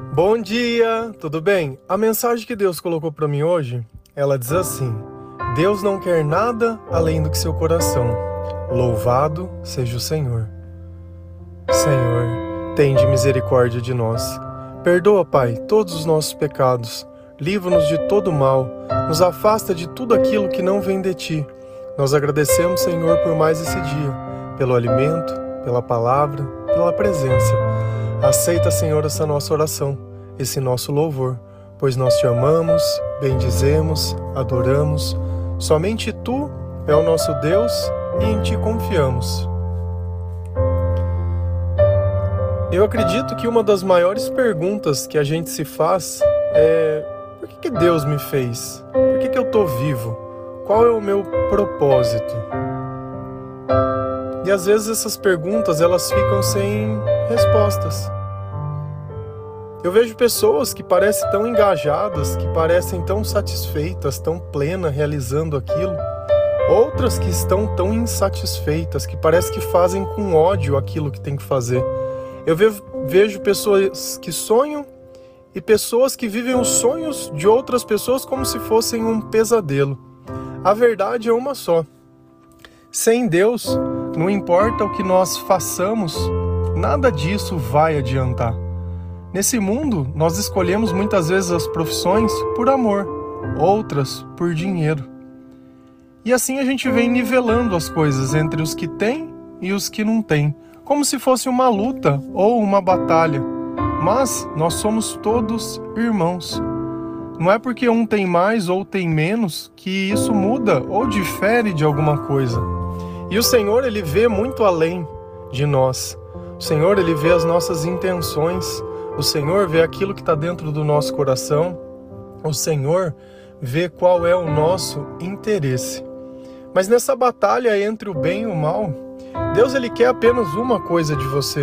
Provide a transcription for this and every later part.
Bom dia, tudo bem? A mensagem que Deus colocou para mim hoje, ela diz assim: Deus não quer nada além do que seu coração. Louvado seja o Senhor. Senhor, tende misericórdia de nós. Perdoa, Pai, todos os nossos pecados. Livra-nos de todo mal. Nos afasta de tudo aquilo que não vem de Ti. Nós agradecemos, Senhor, por mais esse dia, pelo alimento, pela palavra, pela presença. Aceita, Senhor, essa nossa oração, esse nosso louvor, pois nós Te amamos, bendizemos, adoramos. Somente Tu é o nosso Deus e em Ti confiamos. Eu acredito que uma das maiores perguntas que a gente se faz é: por que Deus me fez? Por que eu estou vivo? Qual é o meu propósito? E às vezes essas perguntas elas ficam sem respostas. Eu vejo pessoas que parecem tão engajadas, que parecem tão satisfeitas, tão plenas realizando aquilo. Outras que estão tão insatisfeitas, que parece que fazem com ódio aquilo que tem que fazer. Eu vejo pessoas que sonham e pessoas que vivem os sonhos de outras pessoas como se fossem um pesadelo. A verdade é uma só. Sem Deus, não importa o que nós façamos, nada disso vai adiantar. Nesse mundo, nós escolhemos muitas vezes as profissões por amor, outras por dinheiro. E assim a gente vem nivelando as coisas entre os que têm e os que não têm, como se fosse uma luta ou uma batalha. Mas nós somos todos irmãos. Não é porque um tem mais ou tem menos que isso muda ou difere de alguma coisa. E o Senhor, Ele vê muito além de nós. O Senhor, Ele vê as nossas intenções. O Senhor vê aquilo que está dentro do nosso coração. O Senhor vê qual é o nosso interesse. Mas nessa batalha entre o bem e o mal, Deus Ele quer apenas uma coisa de você.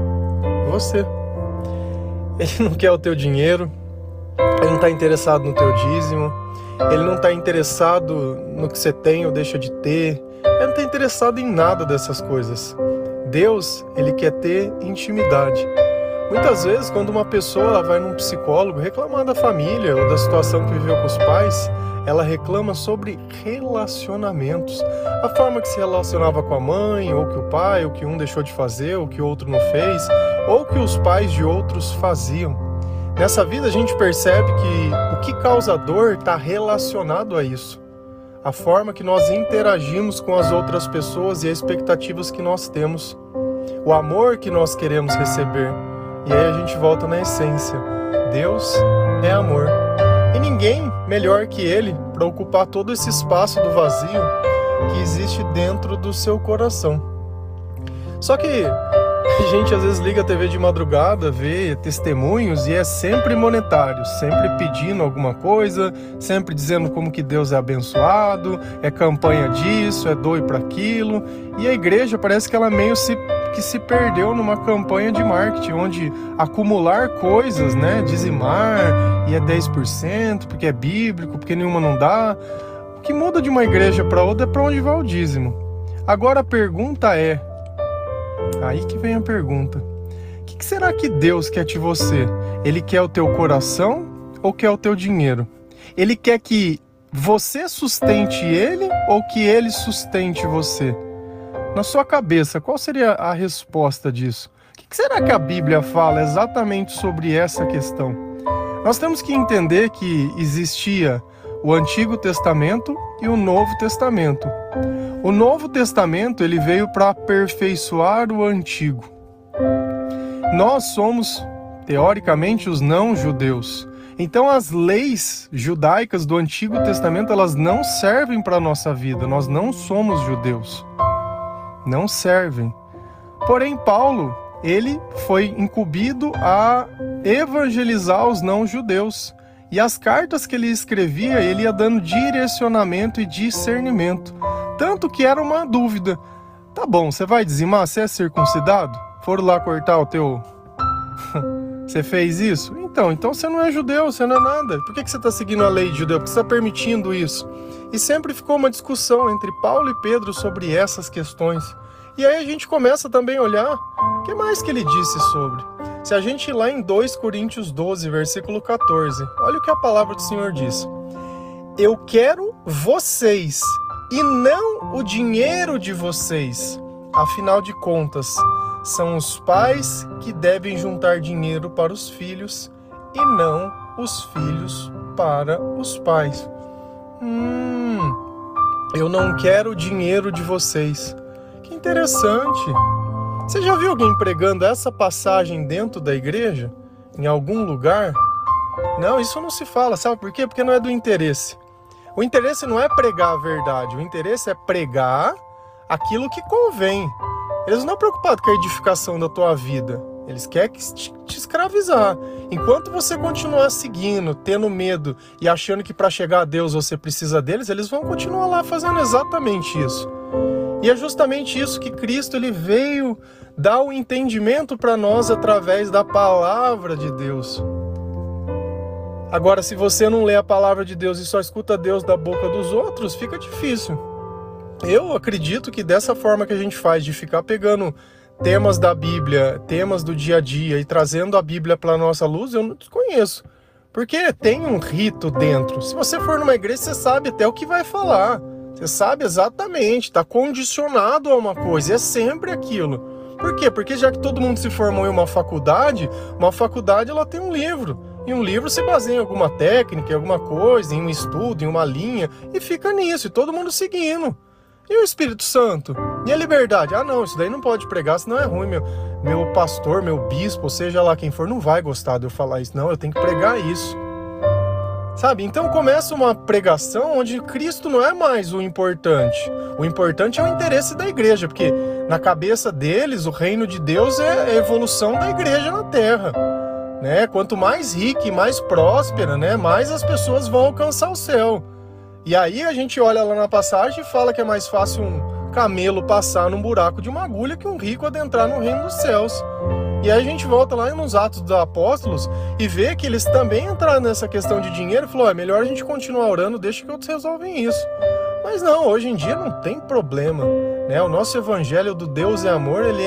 Você. Ele não quer o teu dinheiro. Ele não está interessado no teu dízimo. Ele não está interessado no que você tem ou deixa de ter. Ele não está interessado em nada dessas coisas. Deus, Ele quer ter intimidade. Muitas vezes, quando uma pessoa vai num psicólogo reclamar da família ou da situação que viveu com os pais, ela reclama sobre relacionamentos. A forma que se relacionava com a mãe, ou que o pai, ou que um deixou de fazer, ou que o outro não fez, ou que os pais de outros faziam. Nessa vida a gente percebe que o que causa dor está relacionado a isso. A forma que nós interagimos com as outras pessoas e as expectativas que nós temos. O amor que nós queremos receber. E aí a gente volta na essência. Deus é amor. E ninguém melhor que Ele para ocupar todo esse espaço do vazio que existe dentro do seu coração. Só que a gente às vezes liga a TV de madrugada, vê testemunhos e é sempre monetário, sempre pedindo alguma coisa, sempre dizendo como que Deus é abençoado, é campanha disso, é doe para aquilo. E a igreja parece que ela meio que se perdeu numa campanha de marketing, onde acumular coisas, né, dizimar, e é 10%, porque é bíblico, porque nenhuma não dá. O que muda de uma igreja para outra é para onde vai o dízimo. Agora a pergunta é, aí que vem a pergunta: o que será que Deus quer de você? Ele quer o teu coração ou quer o teu dinheiro? Ele quer que você sustente Ele ou que Ele sustente você? Na sua cabeça, qual seria a resposta disso? O que será que a Bíblia fala exatamente sobre essa questão? Nós temos que entender que existia o Antigo Testamento e o Novo Testamento. O Novo Testamento ele veio para aperfeiçoar o Antigo. Nós somos, teoricamente, os não-judeus. Então as leis judaicas do Antigo Testamento elas não servem para a nossa vida. Nós não somos judeus. Não servem. Porém, Paulo, ele foi incumbido a evangelizar os não-judeus. E as cartas que ele escrevia, ele ia dando direcionamento e discernimento. Tanto que era uma dúvida. Tá bom, você vai dizimar? Você é circuncidado? Foram lá cortar o teu... Você fez isso? Então você não é judeu, você não é nada. Por que você está seguindo a lei de judeu? Por que você está permitindo isso? E sempre ficou uma discussão entre Paulo e Pedro sobre essas questões. E aí a gente começa também a olhar o que mais que ele disse sobre. Se a gente ir lá em 2 Coríntios 12, versículo 14, olha o que a palavra do Senhor diz. Eu quero vocês e não o dinheiro de vocês. Afinal de contas, são os pais que devem juntar dinheiro para os filhos e não os filhos para os pais. Eu não quero o dinheiro de vocês. Que interessante. Você já viu alguém pregando essa passagem dentro da igreja? Em algum lugar? Não, isso não se fala. Sabe por quê? Porque não é do interesse. O interesse não é pregar a verdade. O interesse é pregar aquilo que convém. Eles não estão preocupados com a edificação da tua vida. Eles querem te escravizar. Enquanto você continuar seguindo, tendo medo e achando que para chegar a Deus você precisa deles, eles vão continuar lá fazendo exatamente isso. E é justamente isso que Cristo ele veio dar o entendimento para nós através da palavra de Deus. Agora, se você não lê a palavra de Deus e só escuta Deus da boca dos outros, fica difícil. Eu acredito que dessa forma que a gente faz, de ficar pegando temas da Bíblia, temas do dia a dia e trazendo a Bíblia para a nossa luz, eu não desconheço. Porque tem um rito dentro. Se você for numa igreja, você sabe até o que vai falar. Você sabe exatamente, está condicionado a uma coisa, é sempre aquilo. Por quê? Porque já que todo mundo se formou em uma faculdade ela tem um livro. E um livro se baseia em alguma técnica, em alguma coisa, em um estudo, em uma linha, e fica nisso, e todo mundo seguindo. E o Espírito Santo? E a liberdade? Ah não, isso daí não pode pregar, senão é ruim. Meu pastor, meu bispo, seja lá quem for, não vai gostar de eu falar isso. Não, eu tenho que pregar isso. Sabe? Então começa uma pregação onde Cristo não é mais o importante. O importante é o interesse da igreja, porque na cabeça deles o reino de Deus é a evolução da igreja na terra. Né? Quanto mais rica e mais próspera, né? Mais as pessoas vão alcançar o céu. E aí a gente olha lá na passagem e fala que é mais fácil um camelo passar num buraco de uma agulha que um rico adentrar no reino dos céus. E aí a gente volta lá nos Atos dos Apóstolos e vê que eles também entraram nessa questão de dinheiro e falou, é melhor a gente continuar orando, deixa que outros resolvem isso. Mas não, hoje em dia não tem problema, né? O nosso evangelho do Deus é amor, ele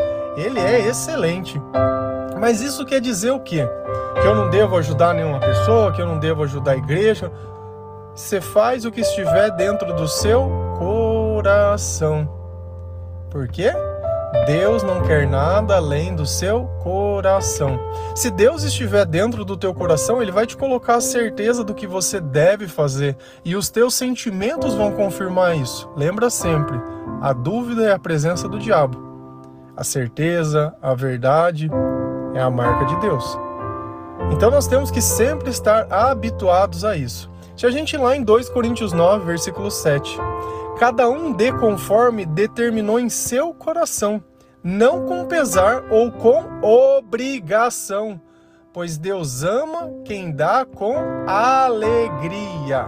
é excelente. Mas isso quer dizer o quê? Que eu não devo ajudar nenhuma pessoa, que eu não devo ajudar a igreja. Você faz o que estiver dentro do seu coração. Por quê? Deus não quer nada além do seu coração. Se Deus estiver dentro do teu coração, Ele vai te colocar a certeza do que você deve fazer. E os teus sentimentos vão confirmar isso. Lembra sempre, a dúvida é a presença do diabo. A certeza, a verdade é a marca de Deus. Então nós temos que sempre estar habituados a isso. Se a gente ir lá em 2 Coríntios 9, versículo 7. Cada um dê conforme determinou em seu coração, não com pesar ou com obrigação, pois Deus ama quem dá com alegria.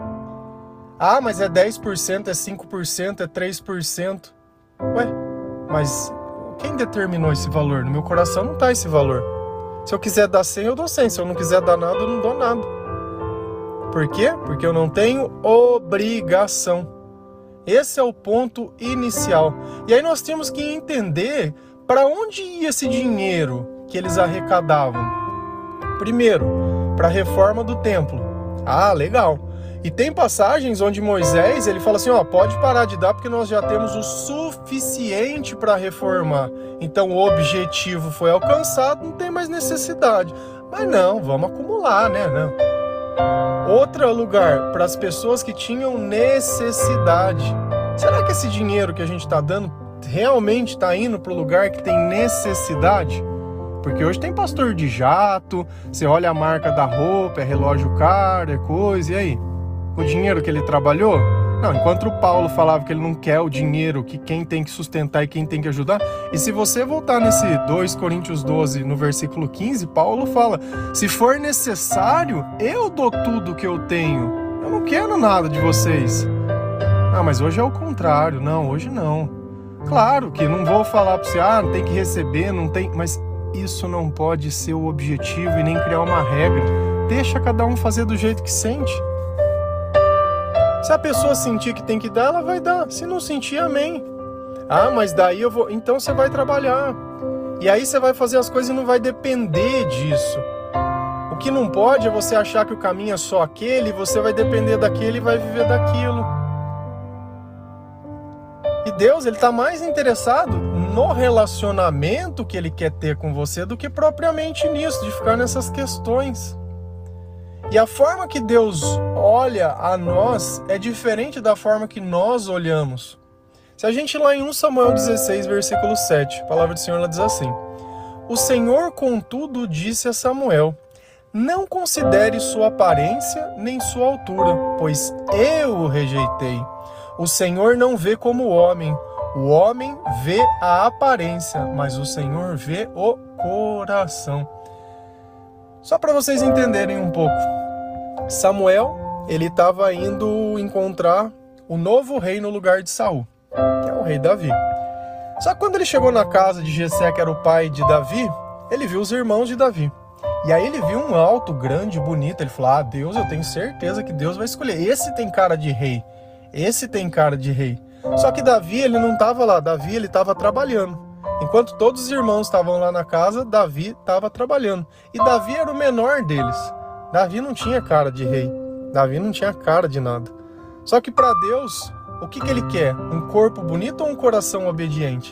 Ah, mas é 10%, é 5%, é 3%. Ué, mas quem determinou esse valor? No meu coração não está esse valor. Se eu quiser dar 100, eu dou 100. Se eu não quiser dar nada, eu não dou nada. Por quê? Porque eu não tenho obrigação. Esse é o ponto inicial. E aí nós temos que entender para onde ia esse dinheiro que eles arrecadavam. Primeiro, para a reforma do templo. Ah, legal. E tem passagens onde Moisés ele fala assim, pode parar de dar porque nós já temos o suficiente para reformar. Então o objetivo foi alcançado, não tem mais necessidade. Mas não, vamos acumular, né? Não. Outro lugar, para as pessoas que tinham necessidade. Será que esse dinheiro que a gente está dando realmente está indo para o lugar que tem necessidade? Porque hoje tem pastor de jato, você olha a marca da roupa, é relógio caro, é coisa, e aí? O dinheiro que ele trabalhou? Não, enquanto o Paulo falava que ele não quer o dinheiro, que quem tem que sustentar e quem tem que ajudar. E se você voltar nesse 2 Coríntios 12, no versículo 15, Paulo fala, se for necessário, eu dou tudo que eu tenho. Eu não quero nada de vocês. Ah, mas hoje é o contrário. Não, hoje não. Claro que não vou falar para você, não tem que receber, não tem... Mas isso não pode ser o objetivo e nem criar uma regra. Deixa cada um fazer do jeito que sente. Se a pessoa sentir que tem que dar, ela vai dar. Se não sentir, amém. Ah, mas daí eu vou... Então você vai trabalhar. E aí você vai fazer as coisas e não vai depender disso. O que não pode é você achar que o caminho é só aquele, você vai depender daquele e vai viver daquilo. E Deus, Ele está mais interessado no relacionamento que Ele quer ter com você do que propriamente nisso, de ficar nessas questões. E a forma que Deus olha a nós é diferente da forma que nós olhamos. Se a gente ir lá em 1 Samuel 16, versículo 7, a palavra do Senhor ela diz assim: O Senhor, contudo, disse a Samuel: Não considere sua aparência nem sua altura, pois eu o rejeitei. O Senhor não vê como o homem vê a aparência, mas o Senhor vê o coração. Só para vocês entenderem um pouco, Samuel, ele estava indo encontrar o novo rei no lugar de Saul, que é o rei Davi. Só que quando ele chegou na casa de Jessé, que era o pai de Davi, ele viu os irmãos de Davi. E aí ele viu um alto, grande, bonito. Ele falou: Deus, eu tenho certeza que Deus vai escolher. Esse tem cara de rei. Esse tem cara de rei. Só que Davi, ele não estava lá. Davi, ele estava trabalhando. Enquanto todos os irmãos estavam lá na casa, Davi estava trabalhando. E Davi era o menor deles. Davi não tinha cara de rei. Davi não tinha cara de nada. Só que para Deus, o que ele quer? Um corpo bonito ou um coração obediente?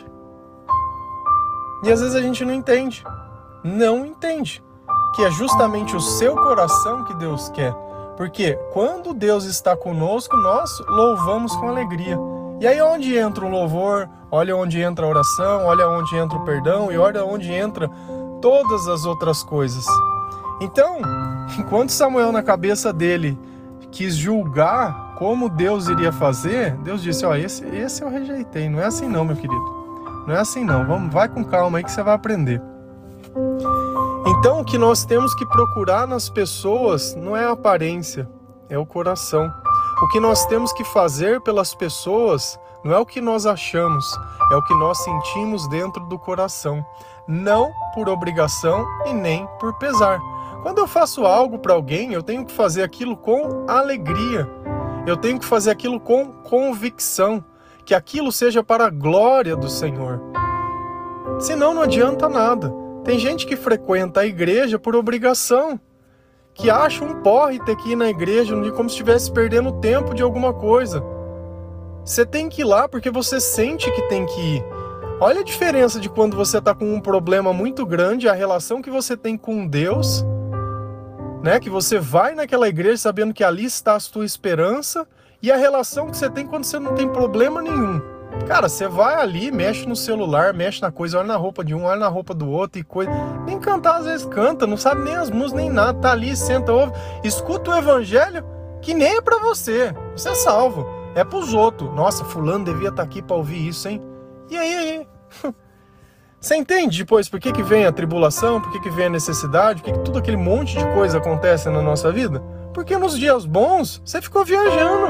E às vezes a gente não entende. Não entende. Que é justamente o seu coração que Deus quer. Porque quando Deus está conosco, nós louvamos com alegria. E aí onde entra o louvor, olha onde entra a oração, olha onde entra o perdão e olha onde entra todas as outras coisas. Então, enquanto Samuel na cabeça dele quis julgar como Deus iria fazer, Deus disse: esse eu rejeitei, não é assim não, meu querido. Não é assim não, vai com calma aí que você vai aprender. Então, o que nós temos que procurar nas pessoas não é a aparência, é o coração. O que nós temos que fazer pelas pessoas não é o que nós achamos, é o que nós sentimos dentro do coração. Não por obrigação e nem por pesar. Quando eu faço algo para alguém, eu tenho que fazer aquilo com alegria. Eu tenho que fazer aquilo com convicção, que aquilo seja para a glória do Senhor. Senão não adianta nada. Tem gente que frequenta a igreja por obrigação, que acha um porre ter que ir na igreja como se estivesse perdendo tempo de alguma coisa. Você tem que ir lá porque você sente que tem que ir. Olha a diferença de quando você está com um problema muito grande, a relação que você tem com Deus, né? Que você vai naquela igreja sabendo que ali está a sua esperança, e a relação que você tem quando você não tem problema nenhum. Cara, você vai ali, mexe no celular, mexe na coisa, olha na roupa de um, olha na roupa do outro e coisa. Nem cantar às vezes canta, não sabe nem as músicas nem nada, tá ali, senta, ouve, escuta o evangelho que nem é pra você, você é salvo, é pros outros. Nossa, fulano devia estar aqui pra ouvir isso, hein? E aí? Você entende depois por que vem a tribulação, por que vem a necessidade, por que tudo aquele monte de coisa acontece na nossa vida? Porque nos dias bons, você ficou viajando.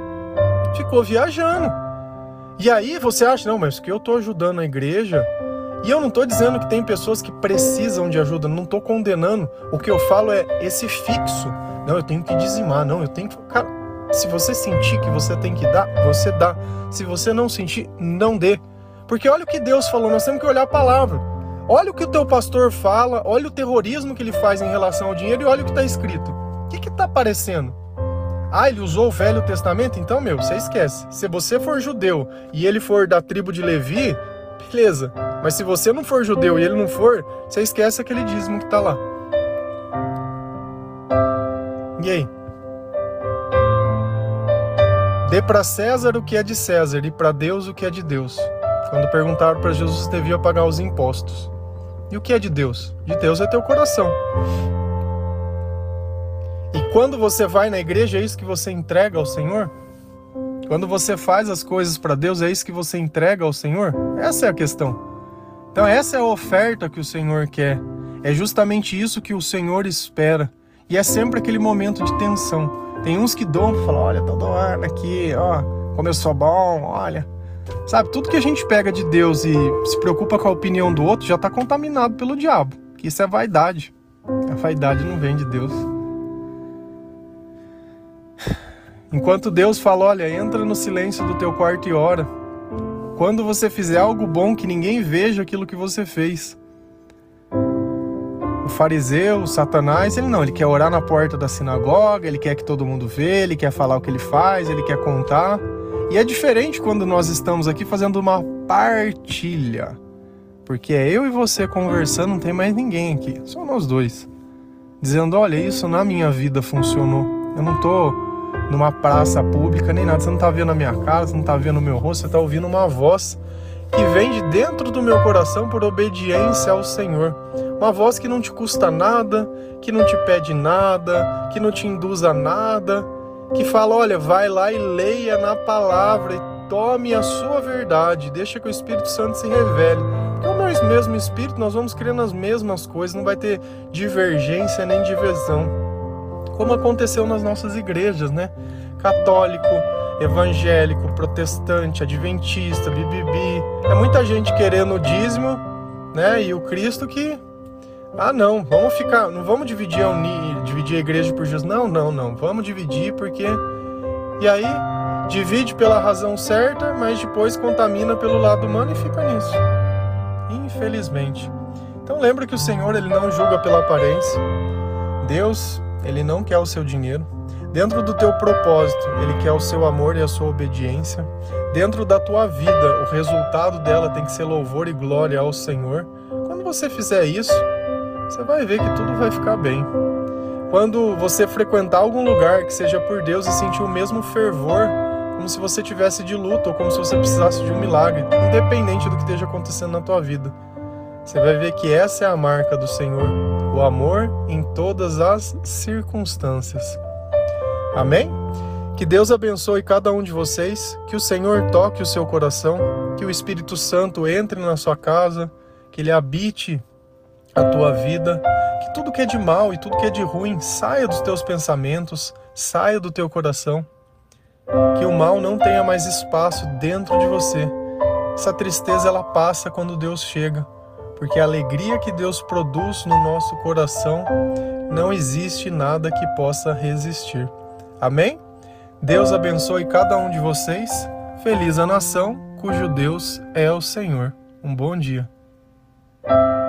E aí você acha, não, mas que eu tô ajudando a igreja, e eu não tô dizendo que tem pessoas que precisam de ajuda, não tô condenando. O que eu falo é esse fixo. Não, eu tenho que dizimar, não, eu tenho que... Cara, se você sentir que você tem que dar, você dá. Se você não sentir, não dê. Porque olha o que Deus falou, nós temos que olhar a palavra. Olha o que o teu pastor fala, olha o terrorismo que ele faz em relação ao dinheiro e olha o que está escrito. O que está aparecendo? Ele usou o Velho Testamento? Então, você esquece. Se você for judeu e ele for da tribo de Levi, beleza. Mas se você não for judeu e ele não for, você esquece aquele dízimo que está lá. E aí? Dê para César o que é de César e para Deus o que é de Deus. Quando perguntaram para Jesus se devia pagar os impostos. E o que é de Deus? De Deus é teu coração. E quando você vai na igreja, é isso que você entrega ao Senhor? Quando você faz as coisas para Deus, é isso que você entrega ao Senhor? Essa é a questão. Então essa é a oferta que o Senhor quer. É justamente isso que o Senhor espera. E é sempre aquele momento de tensão. Tem uns que doam e falam: olha, tô doando aqui, ó, como eu sou bom, olha. Sabe, tudo que a gente pega de Deus e se preocupa com a opinião do outro já está contaminado pelo diabo. Que isso é vaidade. A vaidade não vem de Deus. Enquanto Deus fala: olha, entra no silêncio do teu quarto e ora. Quando você fizer algo bom, que ninguém veja aquilo que você fez. fariseu, o Satanás, ele quer orar na porta da sinagoga, ele quer que todo mundo vê, ele quer falar o que ele faz, ele quer contar. E é diferente quando nós estamos aqui fazendo uma partilha, porque é eu e você conversando, não tem mais ninguém aqui, só nós dois, dizendo, olha, isso na minha vida funcionou. Eu não tô numa praça pública nem nada, você não tá vendo a minha cara, você não tá vendo o meu rosto, você tá ouvindo uma voz que vem de dentro do meu coração por obediência ao Senhor. Uma voz que não te custa nada, que não te pede nada, que não te induz a nada, que fala, olha, vai lá e leia na palavra e tome a sua verdade, deixa que o Espírito Santo se revele. Porque o meu mesmo Espírito, nós vamos crer nas mesmas coisas, não vai ter divergência nem divisão. Como aconteceu nas nossas igrejas, né? Católico, evangélico, protestante, adventista, bibibi. É muita gente querendo o dízimo, né? E o Cristo que... não vamos dividir a igreja por Jesus. Não. Vamos dividir porque... E aí, divide pela razão certa, mas depois contamina pelo lado humano e fica nisso. Infelizmente. Então lembra que o Senhor, ele não julga pela aparência. Deus, ele não quer o seu dinheiro. Dentro do teu propósito, ele quer o seu amor e a sua obediência. Dentro da tua vida, o resultado dela tem que ser louvor e glória ao Senhor. Quando você fizer isso, você vai ver que tudo vai ficar bem. Quando você frequentar algum lugar que seja por Deus e sentir o mesmo fervor, como se você tivesse de luto ou como se você precisasse de um milagre, independente do que esteja acontecendo na tua vida, você vai ver que essa é a marca do Senhor, o amor em todas as circunstâncias. Amém? Que Deus abençoe cada um de vocês, que o Senhor toque o seu coração, que o Espírito Santo entre na sua casa, que Ele habite a tua vida, que tudo que é de mal e tudo que é de ruim saia dos teus pensamentos, saia do teu coração, que o mal não tenha mais espaço dentro de você. Essa tristeza, ela passa quando Deus chega, porque a alegria que Deus produz no nosso coração, não existe nada que possa resistir. Amém? Deus abençoe cada um de vocês. Feliz a nação cujo Deus é o Senhor. Um bom dia.